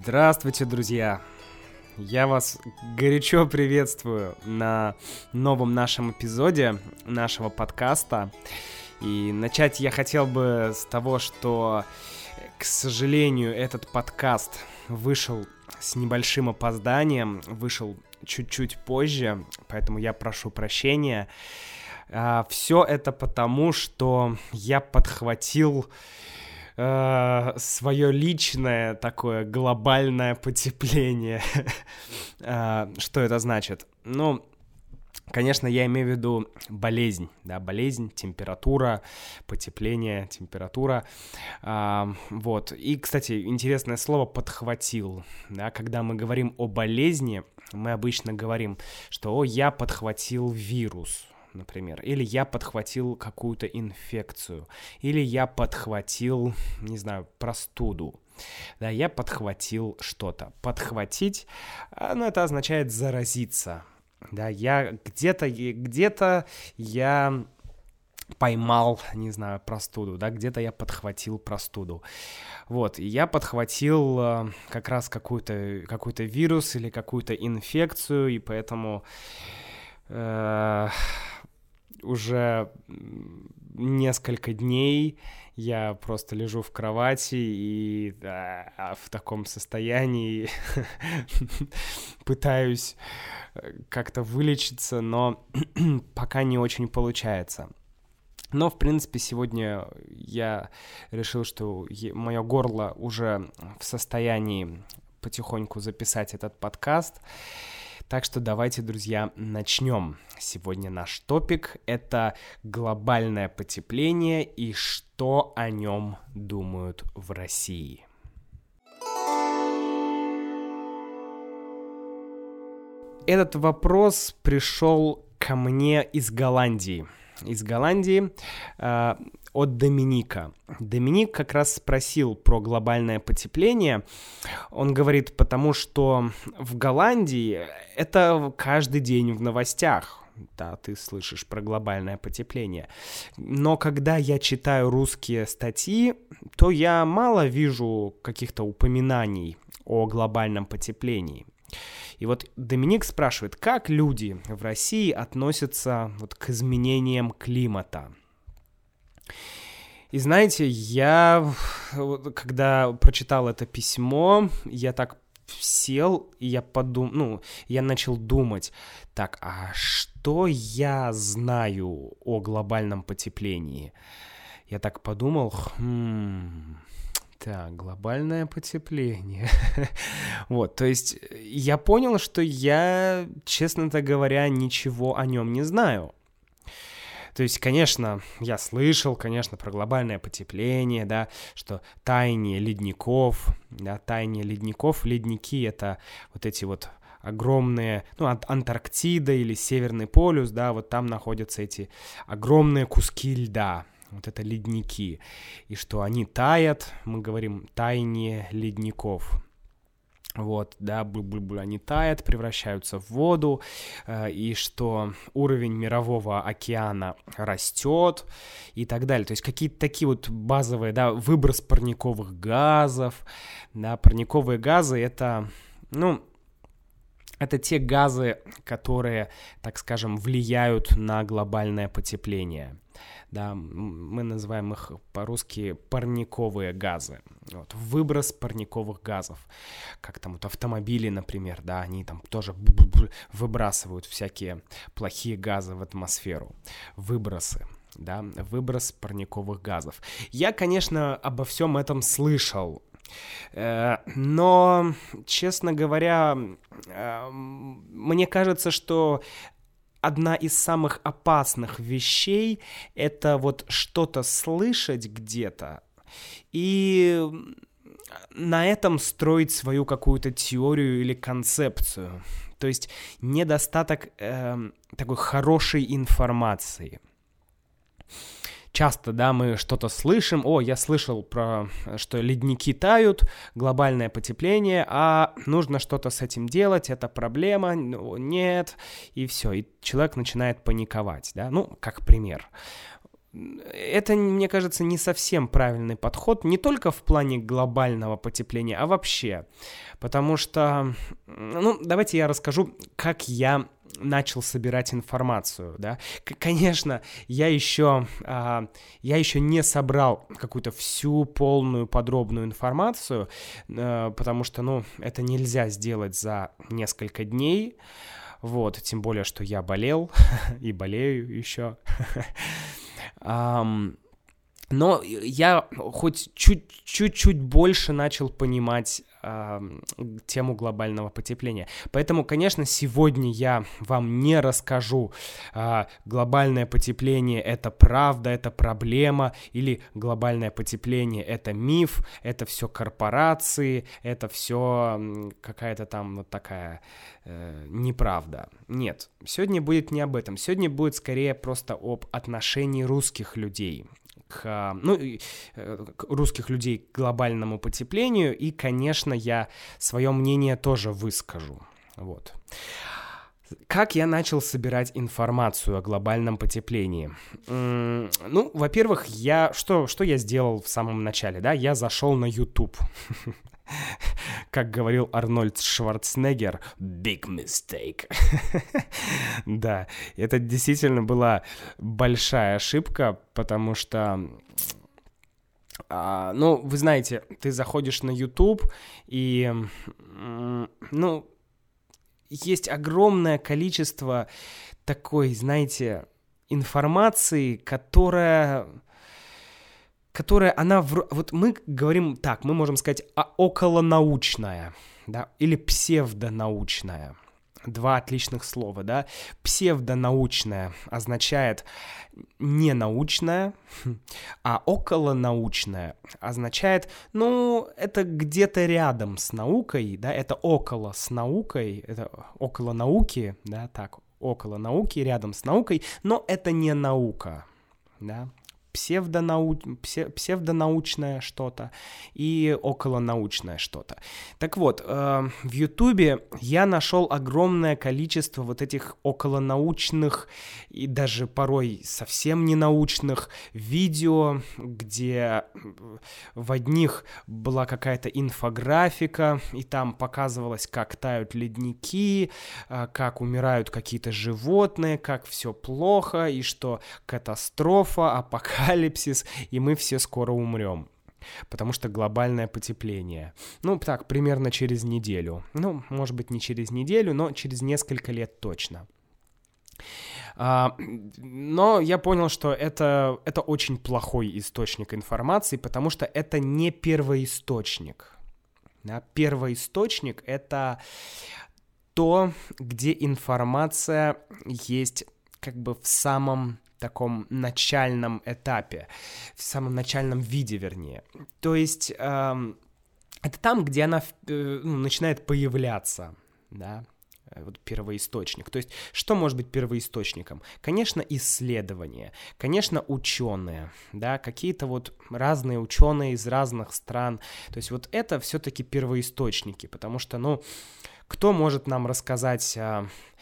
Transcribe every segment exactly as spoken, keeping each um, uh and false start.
Здравствуйте, друзья! Я вас горячо приветствую на новом нашем эпизоде нашего подкаста. И начать я хотел бы с того, что, к сожалению, этот подкаст вышел с небольшим опозданием, вышел чуть-чуть позже, поэтому я прошу прощения. Все это потому, что я подхватил свое личное такое глобальное потепление. Что это значит? Ну, конечно, я имею в виду болезнь, да, болезнь, температура, потепление, температура, а, вот. И, кстати, интересное слово «подхватил», да, когда мы говорим о болезни, мы обычно говорим, что «о, я подхватил вирус», например, или я подхватил какую-то инфекцию, или я подхватил, не знаю, простуду, да, я подхватил что-то. Подхватить, ну, это означает заразиться, да, я где-то, где-то я поймал, не знаю, простуду, да, где-то я подхватил простуду. Вот, и я подхватил э, как раз какой-то, какой-то вирус или какую-то инфекцию, и поэтому э, уже несколько дней я просто лежу в кровати и да, в таком состоянии пытаюсь как-то вылечиться, но пока не очень получается. Но, в принципе, сегодня я решил, что мое горло уже в состоянии потихоньку записать этот подкаст. Так что давайте, друзья, начнем. Сегодня наш топик — это глобальное потепление и что о нем думают в России. Этот вопрос пришел ко мне из Голландии. Из Голландии э, от Доминика. Доминик как раз спросил про глобальное потепление. Он говорит, потому что в Голландии это каждый день в новостях. Да, ты слышишь про глобальное потепление. Но когда я читаю русские статьи, то я мало вижу каких-то упоминаний о глобальном потеплении. И вот Доминик спрашивает, как люди в России относятся вот к изменениям климата. И знаете, я, когда прочитал это письмо, я так сел, и я подумал, ну, я начал думать, так, а что я знаю о глобальном потеплении? Я так подумал, хм... Так, глобальное потепление. Вот, то есть я понял, что я, честно говоря, ничего о нем не знаю. То есть, конечно, я слышал, конечно, про глобальное потепление, да, что таяние ледников, да, таяние ледников, ледники — это вот эти вот огромные, ну, Антарктида или Северный полюс, да, вот там находятся эти огромные куски льда. Вот это ледники, и что они таят, мы говорим таяние ледников, вот, да, буль-буль-буль, они таят, превращаются в воду, э, и что уровень мирового океана растет и так далее, то есть какие-то такие вот базовые, да, выброс парниковых газов, да, парниковые газы — это, ну, это те газы, которые, так скажем, влияют на глобальное потепление. Да, мы называем их по-русски парниковые газы. Вот, выброс парниковых газов. Как там вот автомобили, например, да, они там тоже выбрасывают всякие плохие газы в атмосферу. Выбросы. Да, выброс парниковых газов. Я, конечно, обо всем этом слышал. Но, честно говоря, мне кажется, что одна из самых опасных вещей — это вот что-то слышать где-то и на этом строить свою какую-то теорию или концепцию. То есть недостаток э, такой хорошей информации. Часто, да, мы что-то слышим, о, я слышал про, что ледники тают, глобальное потепление, а нужно что-то с этим делать, это проблема, ну, нет, и все, и человек начинает паниковать, да, ну, как пример. это, мне кажется, не совсем правильный подход, не только в плане глобального потепления, а вообще. Потому что, ну, давайте я расскажу, как я начал собирать информацию, да. К- конечно, я еще, а, я еще не собрал какую-то всю полную подробную информацию, а, потому что, ну, это нельзя сделать за несколько дней, вот, тем более, что я болел и болею еще. Um, но я хоть чуть-чуть больше начал понимать uh, тему глобального потепления. Поэтому, конечно, сегодня я вам не расскажу, uh, глобальное потепление — это правда, это проблема, или глобальное потепление — это миф, это все корпорации, это все какая-то там вот такая uh, неправда. Нет, сегодня будет не об этом. Сегодня будет скорее просто об отношении русских людей к, ну, к русских людей к глобальному потеплению, и, конечно, я свое мнение тоже выскажу. Вот. Как я начал собирать информацию о глобальном потеплении? Ну, во-первых, я что, что я сделал в самом начале, да? Я зашел на YouTube. Как говорил Арнольд Шварценеггер, big mistake. Да, это действительно была большая ошибка, потому что, а, ну, вы знаете, ты заходишь на YouTube, и, ну, есть огромное количество такой, знаете, информации, которая... которая, она, в... вот мы говорим так, мы можем сказать а околонаучная, да, или псевдонаучная. Два отличных слова, да. Псевдонаучная означает ненаучная, а околонаучная означает, ну, это где-то рядом с наукой, да, это около с наукой, это около науки, да, так, около науки, рядом с наукой, но это не наука, да. Псевдонау... псевдонаучное что-то и околонаучное что-то. Так вот, э, в Ютубе я нашел огромное количество вот этих околонаучных и даже порой совсем ненаучных видео, где в одних была какая-то инфографика, и там показывалось, как тают ледники, э, как умирают какие-то животные, как все плохо, и что катастрофа, апокалипсис, и мы все скоро умрем, потому что глобальное потепление. Ну, так, примерно через неделю. Ну, может быть, не через неделю, но через несколько лет точно. А, но я понял, что это, это очень плохой источник информации, потому что это не первоисточник. Да? Первоисточник — это то, где информация есть как бы в самом таком начальном этапе, в самом начальном виде, вернее. То есть э, это там, где она э, ну, начинает появляться, да, вот первоисточник. То есть что может быть первоисточником? Конечно, исследования, конечно, ученые, да, какие-то вот разные ученые из разных стран. То есть вот это все-таки первоисточники, потому что, ну, кто может нам рассказать... Э,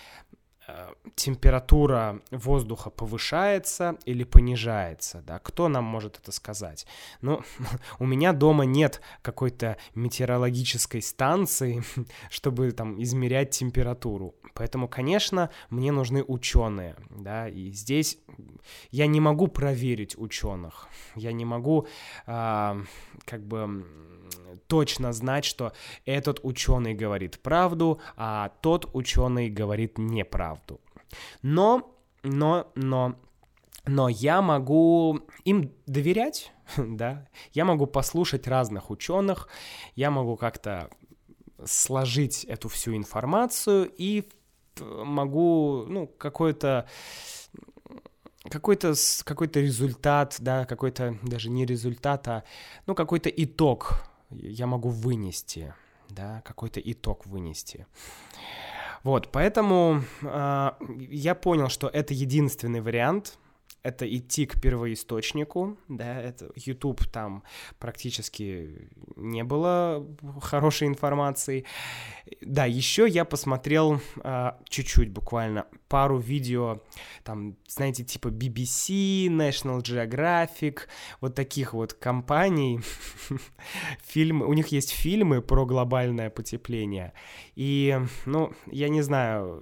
температура воздуха повышается или понижается, да, кто нам может это сказать? Ну, у меня дома нет какой-то метеорологической станции, чтобы там измерять температуру, поэтому, конечно, мне нужны ученые, да, и здесь я не могу проверить ученых, я не могу а, как бы точно знать, что этот ученый говорит правду, а тот ученый говорит неправду. Но, но, но, но я могу им доверять, да, я могу послушать разных ученых, я могу как-то сложить эту всю информацию и могу, ну, какой-то... Какой-то, какой-то результат, да, какой-то даже не результат, а, ну, какой-то итог я могу вынести, да, какой-то итог вынести. Вот, поэтому э, я понял, что это единственный вариант, это идти к первоисточнику, да, это YouTube, там практически не было хорошей информации. Да, еще я посмотрел а, чуть-чуть буквально пару видео, там, знаете, типа би би си, National Geographic, вот таких вот компаний, фильмы, у них есть фильмы про глобальное потепление, и, ну, я не знаю,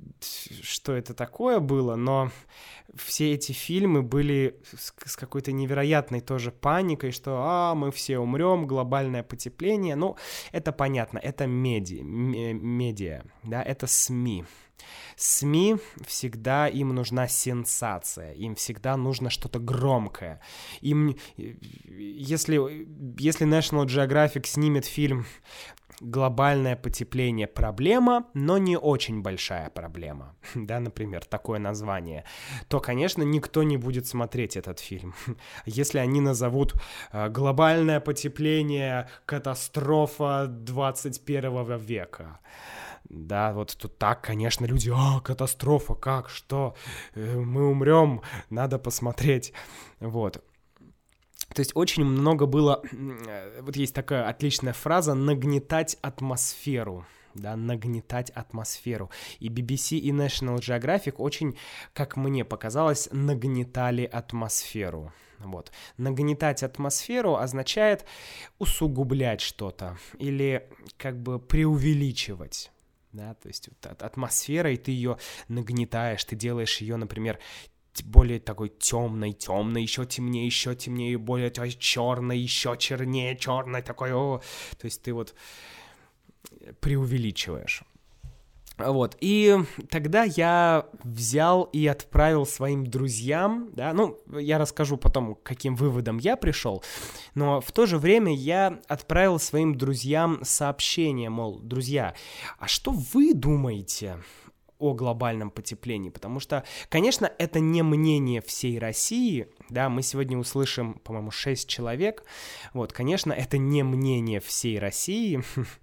что это такое было, но все эти фильмы были с, с какой-то невероятной тоже паникой, что «а, мы все умрем, глобальное потепление». Ну, это понятно, это меди, медиа, да, это СМИ. СМИ всегда, им нужна сенсация, им всегда нужно что-то громкое. Им, если, если National Geographic снимет фильм «Глобальное потепление. Проблема, но не очень большая проблема», да, например, такое название, то, конечно, никто не будет смотреть этот фильм. Если они назовут «Глобальное потепление. Катастрофа двадцать первого века», да, вот тут так, конечно, люди, а, катастрофа, как, что, мы умрем, надо посмотреть, вот. То есть очень много было, вот есть такая отличная фраза «нагнетать атмосферу», да, нагнетать атмосферу. И би би си и National Geographic очень, как мне показалось, нагнетали атмосферу. Вот. Нагнетать атмосферу означает усугублять что-то или как бы преувеличивать. Да, то есть вот атмосфера, и ты ее нагнетаешь, ты делаешь ее, например, более такой темной, темной, еще темнее, еще темнее, более черной, еще чернее, черной, такой, о, то есть ты вот преувеличиваешь. Вот, и тогда я взял и отправил своим друзьям, да, ну, я расскажу потом, к каким выводам я пришел, но в то же время я отправил своим друзьям сообщение, мол, друзья, а что вы думаете о глобальном потеплении, потому что, конечно, это не мнение всей России, да, мы сегодня услышим, по-моему, шесть человек, вот, конечно, это не мнение всей России,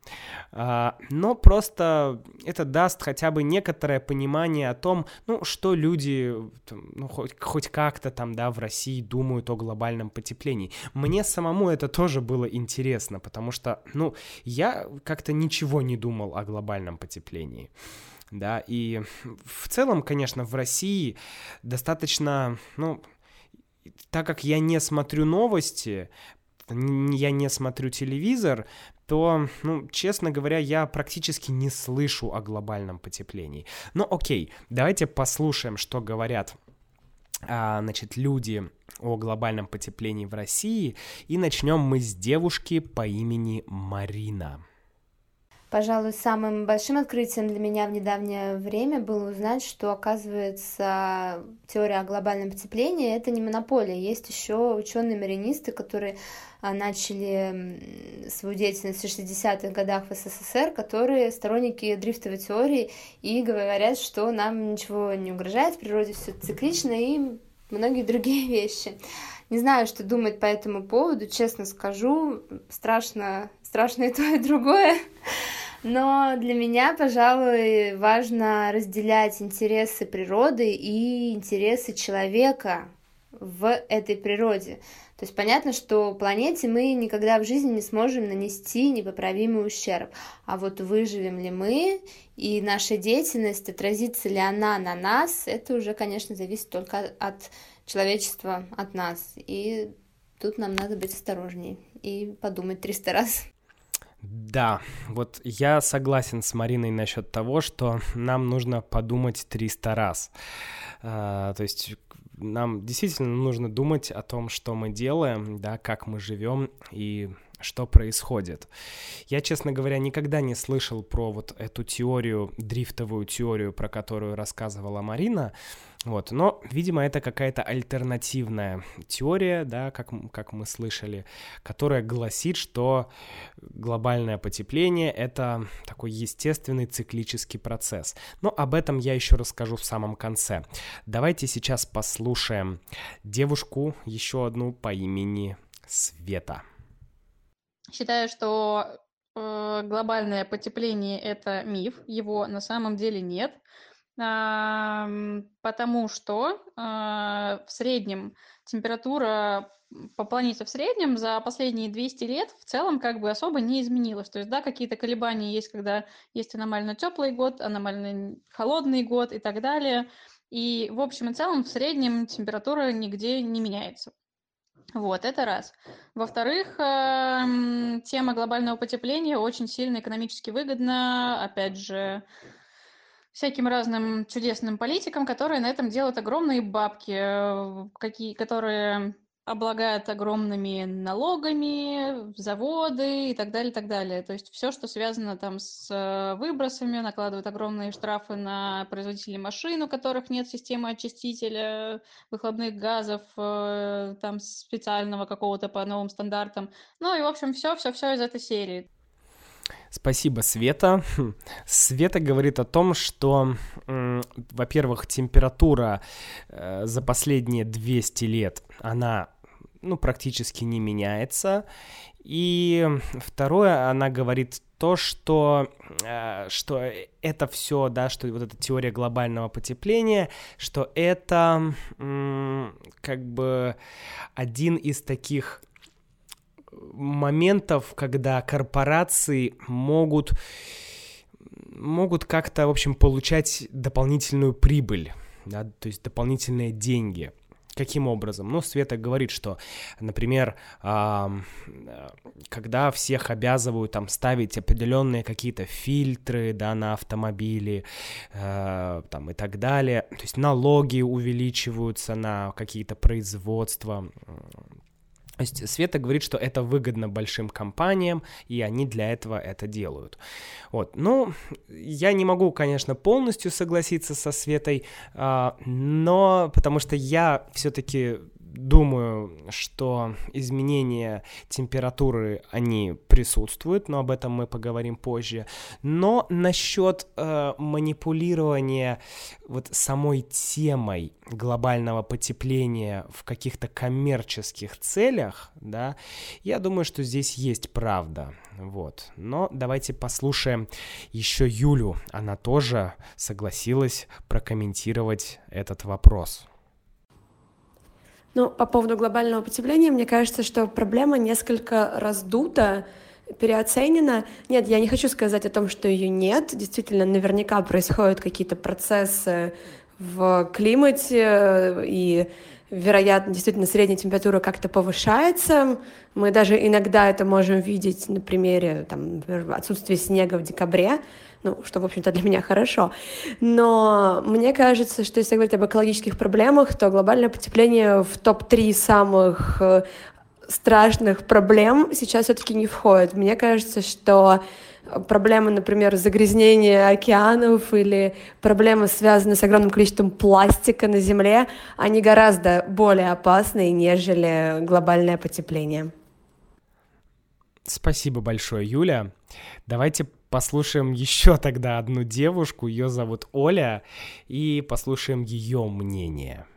но просто это даст хотя бы некоторое понимание о том, ну, что люди, ну, хоть, хоть как-то там, да, в России думают о глобальном потеплении. Мне самому это тоже было интересно, потому что, ну, я как-то ничего не думал о глобальном потеплении. Да, и в целом, конечно, в России достаточно, ну, так как я не смотрю новости, я не смотрю телевизор, то, ну, честно говоря, я практически не слышу о глобальном потеплении. Но окей, давайте послушаем, что говорят, а, значит, люди о глобальном потеплении в России, и начнем мы с девушки по имени Марина. Пожалуй, самым большим открытием для меня в недавнее время было узнать, что, оказывается, теория о глобальном потеплении — это не монополия. Есть еще ученые-маринисты, которые начали свою деятельность в шестидесятых годах в эс эс эс эр, которые сторонники дрифтовой теории и говорят, что нам ничего не угрожает, в природе все циклично и многие другие вещи. Не знаю, что думать по этому поводу, честно скажу, страшно, страшно и то, и другое. Но для меня, пожалуй, важно разделять интересы природы и интересы человека в этой природе. То есть понятно, что планете мы никогда в жизни не сможем нанести непоправимый ущерб. А вот выживем ли мы и наша деятельность, отразится ли она на нас, это уже, конечно, зависит только от человечества, от нас. И тут нам надо быть осторожней и подумать триста раз. Да, вот я согласен с Мариной насчет того, что нам нужно подумать триста раз. А, то есть нам действительно нужно думать о том, что мы делаем, да, как мы живем и что происходит. Я, честно говоря, никогда не слышал про вот эту теорию, дрифтовую теорию, про которую рассказывала Марина. Вот, но, видимо, это какая-то альтернативная теория, да, как, как мы слышали, которая гласит, что глобальное потепление — это такой естественный циклический процесс. Но об этом я еще расскажу в самом конце. Давайте сейчас послушаем девушку, еще одну по имени Света. Считаю, что э, глобальное потепление — это миф, его на самом деле нет. ам, потому что а, в среднем температура м, по планете в среднем за последние двести лет в целом как бы особо не изменилась. То есть, да, какие-то колебания есть, когда есть аномально теплый год, аномально н- холодный год и так далее. И в общем и целом в среднем температура нигде не меняется. Вот, это раз. Во-вторых, эм, тема глобального потепления очень сильно экономически выгодна, опять же, всяким разным чудесным политикам, которые на этом делают огромные бабки, э, какие, которые облагают огромными налогами, заводы и так далее, и так далее. То есть все, что связано там с э, выбросами, накладывают огромные штрафы на производителей машин, у которых нет системы очистителя выхлопных газов, э, там специального какого-то по новым стандартам. Ну и, в общем, все-все-все из этой серии. Спасибо, Света. Хм. Света говорит о том, что, м, во-первых, температура э, за последние двести лет, она, ну, практически не меняется. И второе, она говорит то, что, э, что это все, да, что вот эта теория глобального потепления, что это м, как бы один из таких моментов, когда корпорации могут, могут как-то, в общем, получать дополнительную прибыль, да, то есть дополнительные деньги. Каким образом? Ну, Света говорит, что, например, э, когда всех обязывают там ставить определенные какие-то фильтры, да, на автомобили, э, там и так далее, то есть налоги увеличиваются на какие-то производства. То есть Света говорит, что это выгодно большим компаниям, и они для этого это делают. Вот. Ну, я не могу, конечно, полностью согласиться со Светой, но потому что я все-таки думаю, что изменения температуры, они присутствуют, но об этом мы поговорим позже. Но насчет э, манипулирования вот самой темой глобального потепления в каких-то коммерческих целях, да, я думаю, что здесь есть правда. Вот. Но давайте послушаем еще Юлю. Она тоже согласилась прокомментировать этот вопрос. Ну, по поводу глобального потепления, мне кажется, что проблема несколько раздута, переоценена. Нет, я не хочу сказать о том, что ее нет. Действительно, наверняка происходят какие-то процессы в климате, и, вероятно, действительно средняя температура как-то повышается. Мы даже иногда это можем видеть на примере там, отсутствия снега в декабре, ну, что, в общем-то, для меня хорошо. Но мне кажется, что если говорить об экологических проблемах, то глобальное потепление в топ три самых страшных проблем сейчас все-таки не входит. Мне кажется, что проблемы, например, загрязнения океанов или проблемы, связанные с огромным количеством пластика на Земле, они гораздо более опасны, нежели глобальное потепление. Спасибо большое, Юля. Давайте послушаем еще тогда одну девушку, ее зовут Оля, и послушаем ее мнение.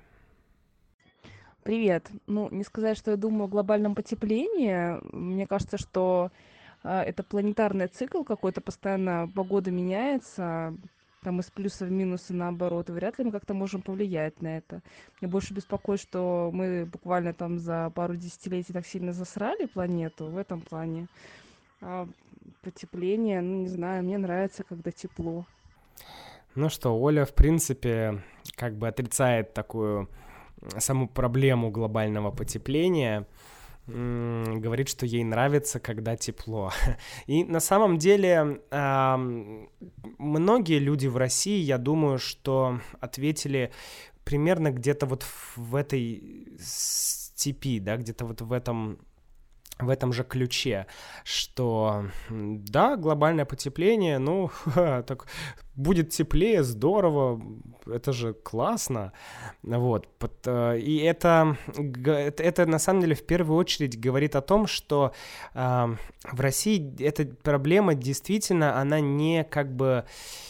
Привет. Ну, не сказать, что я думаю о глобальном потеплении. Мне кажется, что э, это планетарный цикл какой-то, постоянно погода меняется, там из плюса в минусы наоборот, и вряд ли мы как-то можем повлиять на это. Меня больше беспокоит, что мы буквально там за пару десятилетий так сильно засрали планету в этом плане. А потепление, ну, не знаю, мне нравится, когда тепло. Ну что, Оля, в принципе, как бы отрицает такую саму проблему глобального потепления, м- говорит, что ей нравится, когда тепло. И на самом деле э- многие люди в России, я думаю, что ответили примерно где-то вот в этой степи, да, где-то вот в этом... в этом же ключе, что да, глобальное потепление, ну, так будет теплее, здорово, это же классно, вот, и это, это, это на самом деле в первую очередь говорит о том, что э, в России эта проблема действительно, она не как бы...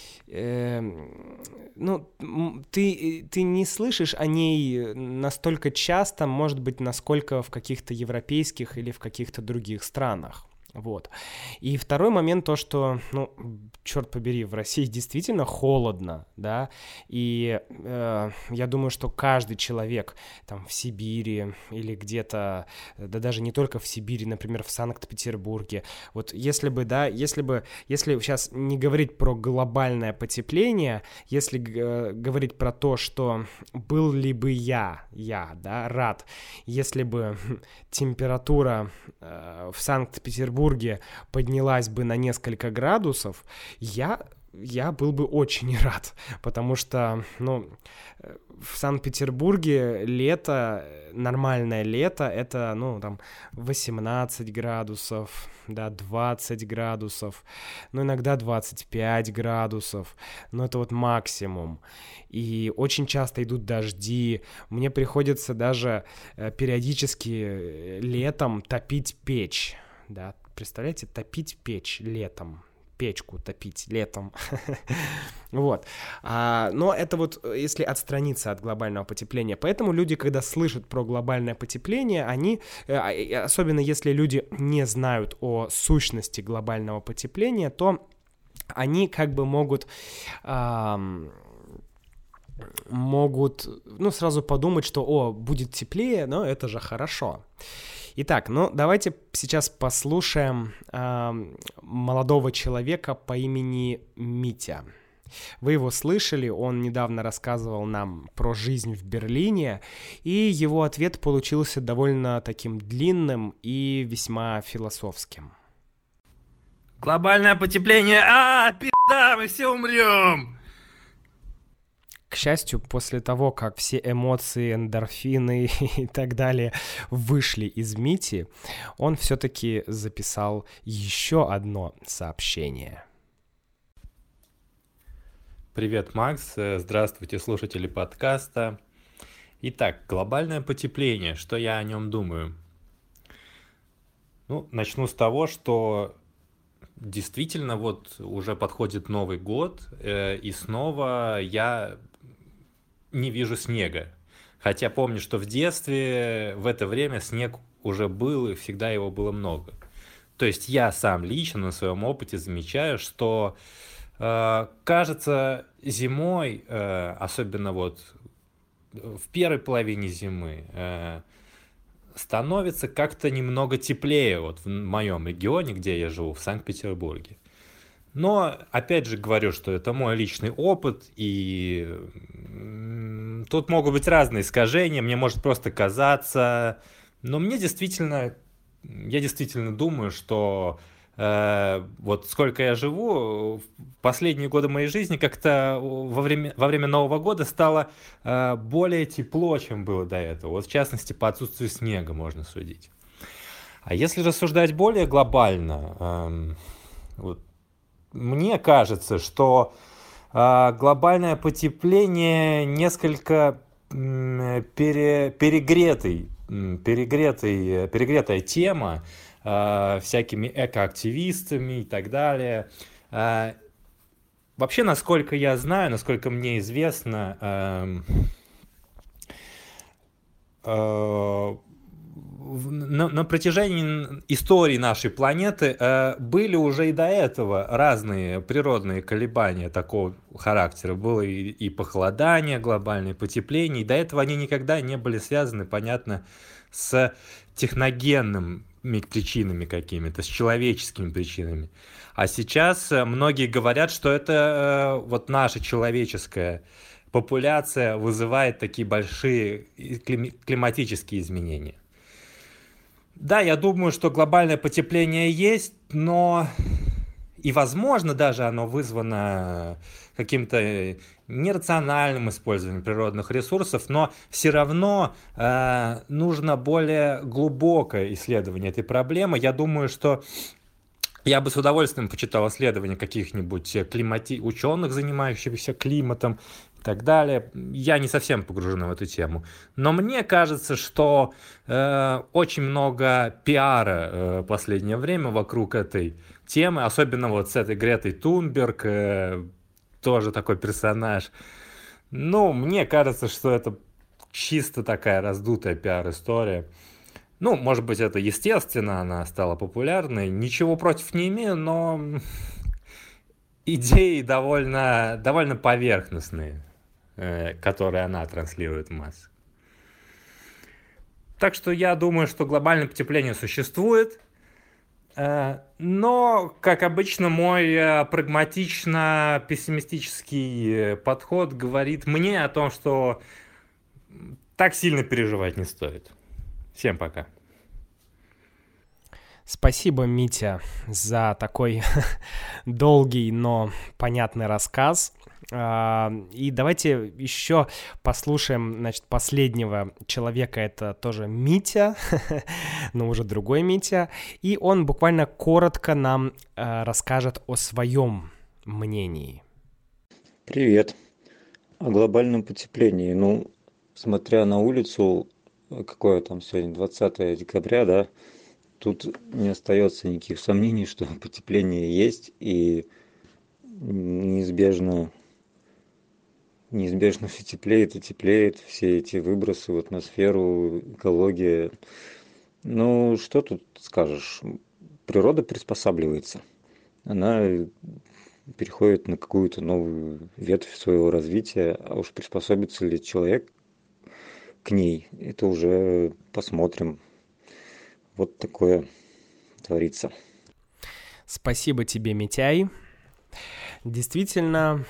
ну, ты, ты не слышишь о ней настолько часто, может быть, насколько в каких-то европейских или в каких-то других странах. Вот. И второй момент то, что, ну, черт побери, в России действительно холодно, да, и э, я думаю, что каждый человек там в Сибири или где-то, да даже не только в Сибири, например, в Санкт-Петербурге, вот если бы, да, если бы, если сейчас не говорить про глобальное потепление, если э, говорить про то, что был ли бы я, я, да, рад, если бы температура э, в Санкт-Петербурге поднялась бы на несколько градусов, я, я был бы очень рад, потому что, ну, в Санкт-Петербурге лето, нормальное лето, это, ну, там, восемнадцать градусов, да, двадцать градусов, ну, иногда двадцать пять градусов, но это вот максимум. И очень часто идут дожди, мне приходится даже периодически летом топить печь, да, представляете, топить печь летом, печку топить летом, вот. А, но это вот если отстраниться от глобального потепления. Поэтому люди, когда слышат про глобальное потепление, они, особенно если люди не знают о сущности глобального потепления, то они как бы могут... Ам, могут, ну, сразу подумать, что, о, будет теплее, но это же хорошо. Итак, ну, давайте сейчас послушаем э, молодого человека по имени Митя. Вы его слышали, он недавно рассказывал нам про жизнь в Берлине, и его ответ получился довольно таким длинным и весьма философским. Глобальное потепление, а, пизда, мы все умрем! К счастью, после того, как все эмоции, эндорфины и так далее вышли из Мити, он все-таки записал еще одно сообщение. Привет, Макс. Здравствуйте, слушатели подкаста. Итак, глобальное потепление. Что я о нем думаю? Ну, начну с того, что действительно вот уже подходит Новый год, э, и снова я не вижу снега. Хотя помню, что в детстве в это время снег уже был, и всегда его было много. То есть я сам лично на своем опыте замечаю, что э, кажется, зимой, э, особенно вот в первой половине зимы, э, становится как-то немного теплее вот в моем регионе, где я живу, в Санкт-Петербурге. Но, опять же, говорю, что это мой личный опыт, и тут могут быть разные искажения, мне может просто казаться, но мне действительно, я действительно думаю, что э, вот сколько я живу, в последние годы моей жизни как-то во время, во время Нового года стало э, более тепло, чем было до этого. Вот в частности, по отсутствию снега можно судить. А если рассуждать более глобально, э, вот, мне кажется, что э, глобальное потепление несколько э, пере, перегретый, перегретый, перегретая тема э, всякими экоактивистами и так далее. Э, вообще, насколько я знаю, насколько мне известно, э, э, На, на протяжении истории нашей планеты э, были уже и до этого разные природные колебания такого характера. Было и, и похолодание, глобальное потепление, и до этого они никогда не были связаны, понятно, с техногенными причинами какими-то, с человеческими причинами. А сейчас многие говорят, что это э, вот наша человеческая популяция вызывает такие большие климатические изменения. Да, я думаю, что глобальное потепление есть, но и, возможно, даже оно вызвано каким-то нерациональным использованием природных ресурсов, но все равно э, нужно более глубокое исследование этой проблемы. Я думаю, что я бы с удовольствием почитал исследования каких-нибудь климати... ученых, занимающихся климатом, и так далее. Я не совсем погружен в эту тему. Но мне кажется, что э, очень много пиара э, в последнее время вокруг этой темы, особенно вот с этой Гретой Тунберг, э, тоже такой персонаж. Ну, мне кажется, что это чисто такая раздутая пиар-история. Ну, может быть, это естественно, она стала популярной. Ничего против не имею, но идеи довольно, довольно поверхностные, э, которые она транслирует в массы. Так что я думаю, что глобальное потепление существует, э, но, как обычно, мой э, прагматично-пессимистический подход говорит мне о том, что так сильно переживать не стоит. Всем пока. Спасибо, Митя, за такой долгий, но понятный рассказ. И давайте еще послушаем, значит, последнего человека, это тоже Митя, но уже другой Митя, и он буквально коротко нам расскажет о своем мнении. Привет. О глобальном потеплении. Ну, смотря на улицу, какое там сегодня, двадцатое декабря, да, тут не остается никаких сомнений, что потепление есть, и неизбежно, неизбежно все теплеет и теплеет, все эти выбросы в атмосферу, экология. Ну, что тут скажешь? Природа приспосабливается. Она переходит на какую-то новую ветвь своего развития, а уж приспособится ли человек к ней, это уже посмотрим. Вот такое творится. Спасибо тебе, Митяй. Действительно,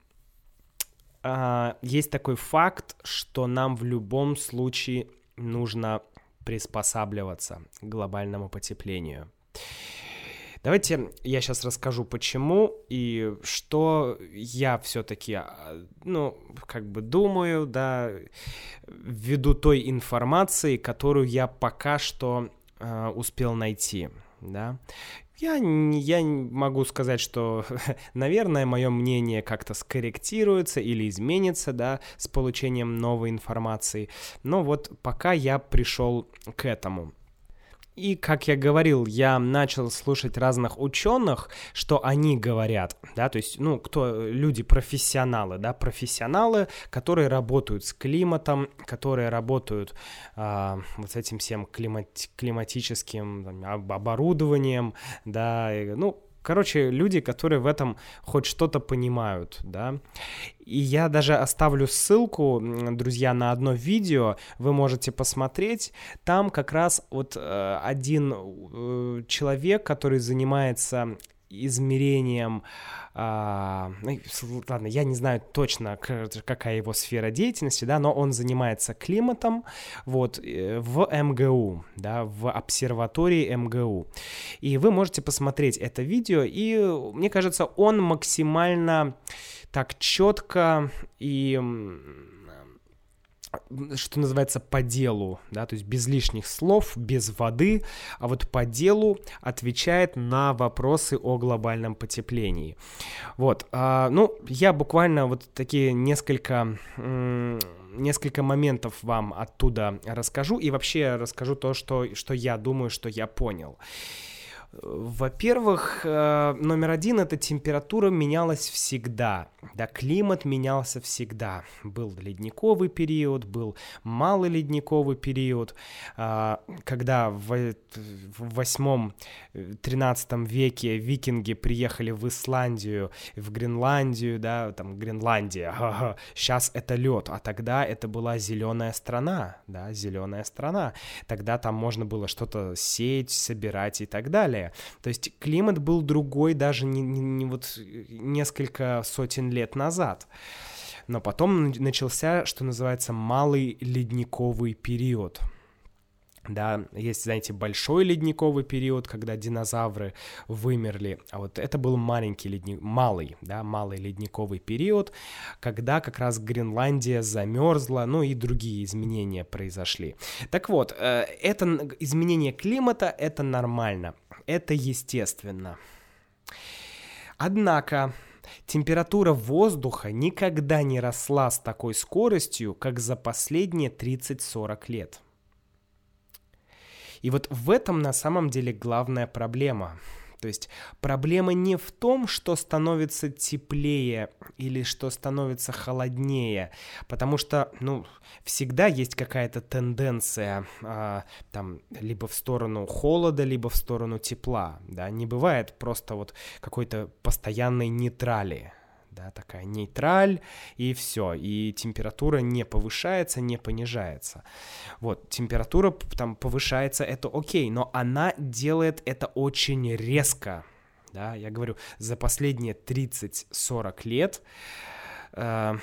есть такой факт, что нам в любом случае нужно приспосабливаться к глобальному потеплению. Давайте я сейчас расскажу, почему и что я все-таки, ну, как бы думаю, да, ввиду той информации, которую я пока что э, успел найти, да. Я, я могу сказать, что, наверное, мое мнение как-то скорректируется или изменится, да, с получением новой информации, но вот пока я пришел к этому. И, как я говорил, я начал слушать разных ученых, что они говорят, да, то есть, ну, кто, люди-профессионалы, да, профессионалы, которые работают с климатом, которые работают а, вот с этим всем климат, климатическим там, оборудованием, да, и, ну, короче, люди, которые в этом хоть что-то понимают, да. И я даже оставлю ссылку, друзья, на одно видео, вы можете посмотреть. Там как раз вот э, один э, человек, который занимается измерением, а, ладно, я не знаю точно, какая его сфера деятельности, да, но он занимается климатом, вот, в эм гэ у, да, в обсерватории эм гэ у. И вы можете посмотреть это видео, и мне кажется, он максимально так четко и, что называется, по делу, да, то есть без лишних слов, без воды, а вот по делу отвечает на вопросы о глобальном потеплении. Вот, а, ну, я буквально вот такие несколько, м- несколько моментов вам оттуда расскажу, и вообще расскажу то, что, что я думаю, что я понял. Во-первых, номер один — это температура менялась всегда, да, климат менялся всегда. Был ледниковый период, был малый ледниковый период, когда в восьмом-тринадцатом веке викинги приехали в Исландию, в Гренландию, да, там Гренландия, ага, сейчас это лед, а тогда это была зеленая страна, да, зеленая страна. Тогда там можно было что-то сеять, собирать и так далее. То есть климат был другой даже не, не, не вот несколько сотен лет назад. Но потом начался, что называется, малый ледниковый период. Да, есть, знаете, большой ледниковый период, когда динозавры вымерли, а вот это был маленький ледник, малый, да, малый ледниковый период, когда как раз Гренландия замерзла, ну и другие изменения произошли. Так вот, это изменение климата, это нормально, это естественно. Однако температура воздуха никогда не росла с такой скоростью, как за последние тридцать-сорок лет. И вот в этом на самом деле главная проблема. То есть проблема не в том, что становится теплее или что становится холоднее, потому что, ну, всегда есть какая-то тенденция а, там либо в сторону холода, либо в сторону тепла, да, не бывает просто вот какой-то постоянной нейтрали. Да, такая нейтраль, и все, и температура не повышается, не понижается. Вот, температура там повышается, это окей, но она делает это очень резко, да, я говорю, за последние тридцать-сорок лет э,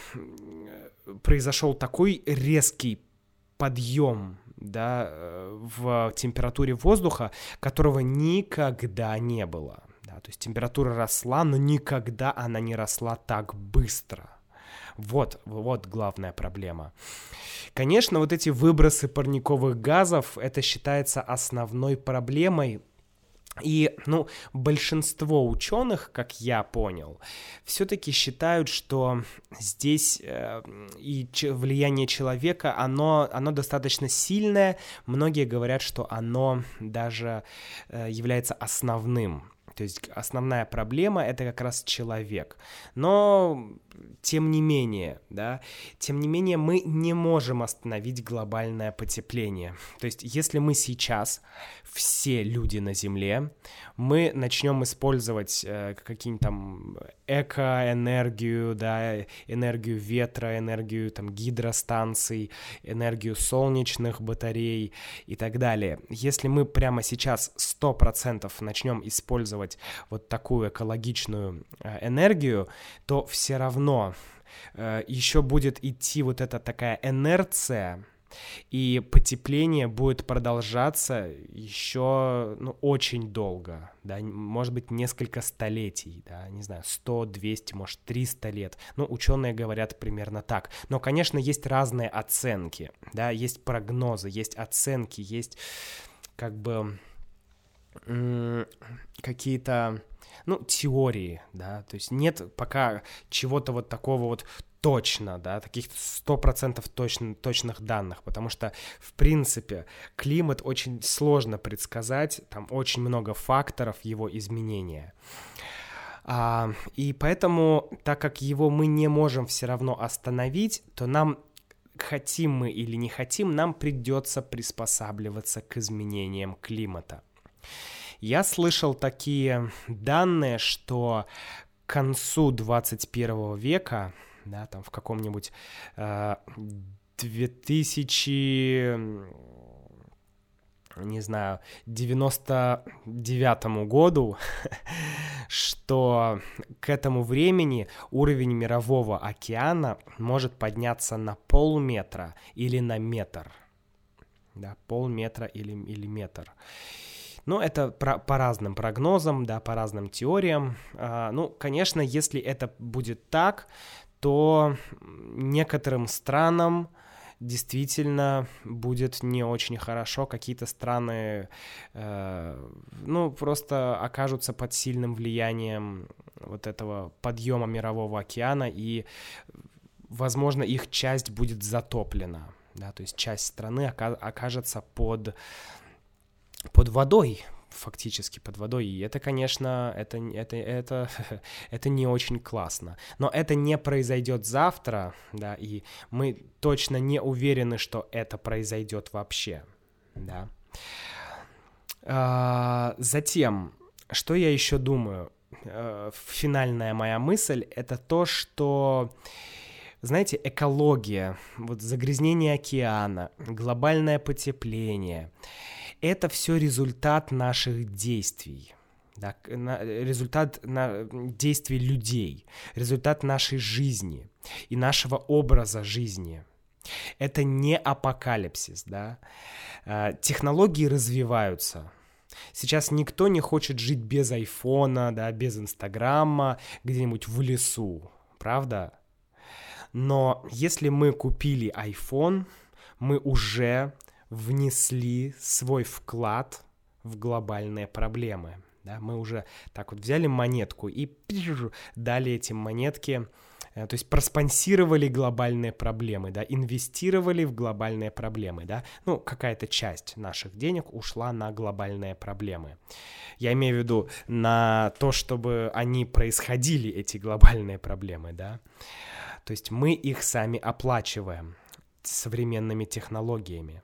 произошел такой резкий подъем, да, в температуре воздуха, которого никогда не было. Да, то есть температура росла, но никогда она не росла так быстро. Вот, вот главная проблема. Конечно, вот эти выбросы парниковых газов, это считается основной проблемой. И, ну, большинство ученых, как я понял, все-таки считают, что здесь э, и ч- влияние человека, оно, оно достаточно сильное. Многие говорят, что оно даже э, является основным. То есть основная проблема — это как раз человек. Но, тем не менее, да, тем не менее мы не можем остановить глобальное потепление. То есть если мы сейчас, все люди на Земле, мы начнем использовать э, какие-нибудь там экоэнергию, да, энергию ветра, энергию там гидростанций, энергию солнечных батарей и так далее. Если мы прямо сейчас сто процентов начнем использовать вот такую экологичную э, энергию, то все равно э, еще будет идти вот эта такая инерция, и потепление будет продолжаться еще, ну, очень долго, да, может быть, несколько столетий, да, не знаю, сто, двести, может, триста лет. Ну, ученые говорят примерно так. Но, конечно, есть разные оценки, да, есть прогнозы, есть оценки, есть как бы м- какие-то, ну, теории, да, то есть нет пока чего-то вот такого вот точно, да, таких сто процентов точно, точных данных, потому что, в принципе, климат очень сложно предсказать, там очень много факторов его изменения. А, и поэтому, так как его мы не можем все равно остановить, то нам, хотим мы или не хотим, нам придется приспосабливаться к изменениям климата. Я слышал такие данные, что к концу двадцать первого века, да, там в каком-нибудь э, две тысячи, не знаю, девяносто девятому году, что к этому времени уровень мирового океана может подняться на полметра или на метр. Да, полметра или, или метр. Ну, это про, по разным прогнозам, да, по разным теориям. А, ну, конечно, если это будет так, то некоторым странам действительно будет не очень хорошо. Какие-то страны, э, ну, просто окажутся под сильным влиянием вот этого подъема мирового океана, и, возможно, их часть будет затоплена. Да, то есть часть страны ока- окажется под, под водой, фактически под водой, и это, конечно, это, это, это, это не очень классно. Но это не произойдет завтра, да, и мы точно не уверены, что это произойдет вообще, да. А, затем, что я еще думаю? А, финальная моя мысль — это то, что, знаете, экология, вот загрязнение океана, глобальное потепление — это все результат наших действий, да, результат на, действий людей, результат нашей жизни и нашего образа жизни. Это не апокалипсис, да. Технологии развиваются. Сейчас никто не хочет жить без айфона, да, без инстаграма, где-нибудь в лесу, правда? Но если мы купили iPhone, мы уже внесли свой вклад в глобальные проблемы. Да? Мы уже так вот взяли монетку и дали эти монетки то есть проспонсировали глобальные проблемы, да, инвестировали в глобальные проблемы, да, ну, какая-то часть наших денег ушла на глобальные проблемы. Я имею в виду на то, чтобы они происходили, эти глобальные проблемы, да, то есть мы их сами оплачиваем современными технологиями.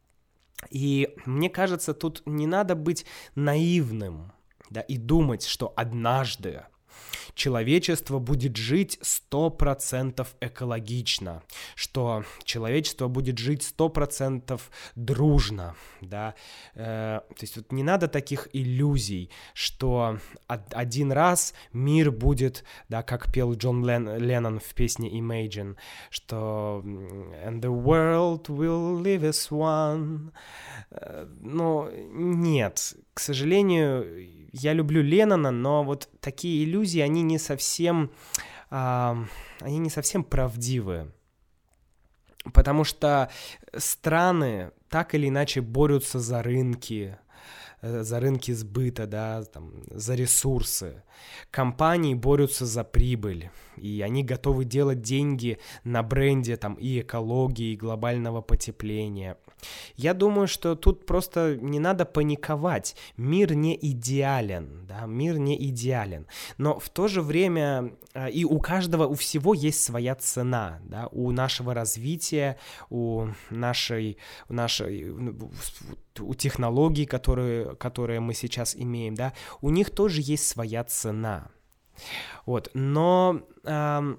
И мне кажется, тут не надо быть наивным, да, и думать, что однажды человечество будет жить сто процентов экологично, что человечество будет жить сто процентов дружно, да, э, то есть вот не надо таких иллюзий, что од- один раз мир будет, да, как пел Джон Лен- Леннон в песне Imagine, что and the world will live as one, э, но нет, к сожалению, я люблю Леннона, но вот такие иллюзии, они не совсем, а, они не совсем правдивы, потому что страны так или иначе борются за рынки, за рынки сбыта, да, там, за ресурсы. Компании борются за прибыль, и они готовы делать деньги на бренде там, и экологии, и глобального потепления. Я думаю, что тут просто не надо паниковать. Мир не идеален, да, мир не идеален. Но в то же время и у каждого, у всего есть своя цена, да, у нашего развития, у нашей, у нашей, у технологий, которые, которые мы сейчас имеем, да, у них тоже есть своя цена. Вот, но, э,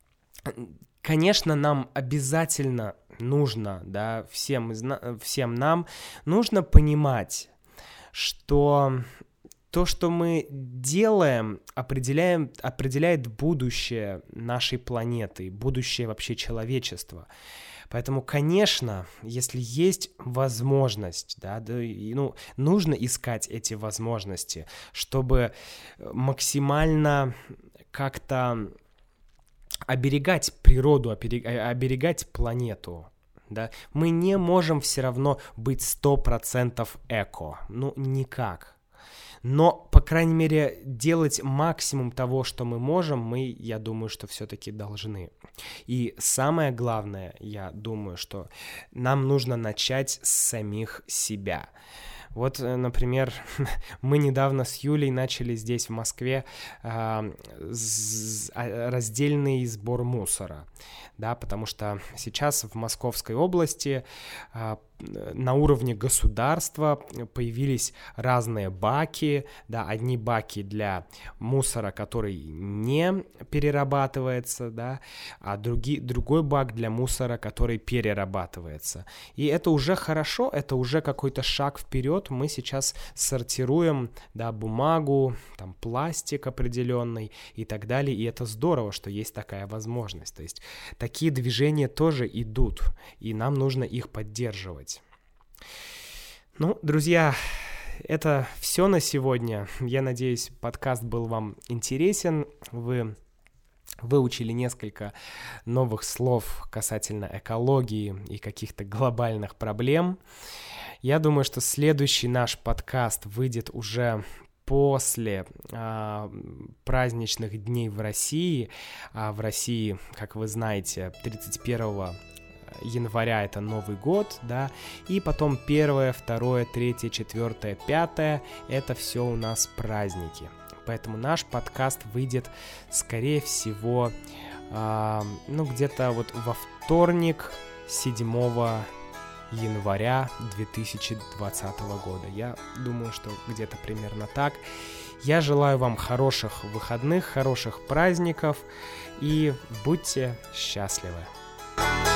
конечно, нам обязательно нужно, да, всем, всем нам нужно понимать, что то, что мы делаем, определяем, определяет будущее нашей планеты, будущее вообще человечества. Поэтому, конечно, если есть возможность, да, да, ну, нужно искать эти возможности, чтобы максимально как-то оберегать природу, оберегать планету. Да? Мы не можем все равно быть сто процентов эко, ну никак. Но, по крайней мере, делать максимум того, что мы можем, мы, я думаю, что все-таки должны. И самое главное, я думаю, что нам нужно начать с самих себя. Вот, например, мы недавно с Юлей начали здесь, в Москве, раздельный сбор мусора, да, потому что сейчас в Московской области на уровне государства появились разные баки, да, одни баки для мусора, который не перерабатывается, да, а други, другой бак для мусора, который перерабатывается. И это уже хорошо, это уже какой-то шаг вперед. Мы сейчас сортируем, да, бумагу, там, пластик определенный и так далее, и это здорово, что есть такая возможность. То есть такие движения тоже идут, и нам нужно их поддерживать. Ну, друзья, это все на сегодня. Я надеюсь, подкаст был вам интересен. Вы выучили несколько новых слов касательно экологии и каких-то глобальных проблем. Я думаю, что следующий наш подкаст выйдет уже после а, праздничных дней в России. А в России, как вы знаете, тридцать первого января это Новый год, да, и потом первое, второе, третье, четвертое, пятое это все у нас праздники. Поэтому наш подкаст выйдет, скорее всего, э, ну, где-то вот во вторник, седьмого января две тысячи двадцатого года. Я думаю, что где-то примерно так. Я желаю вам хороших выходных, хороших праздников и будьте счастливы.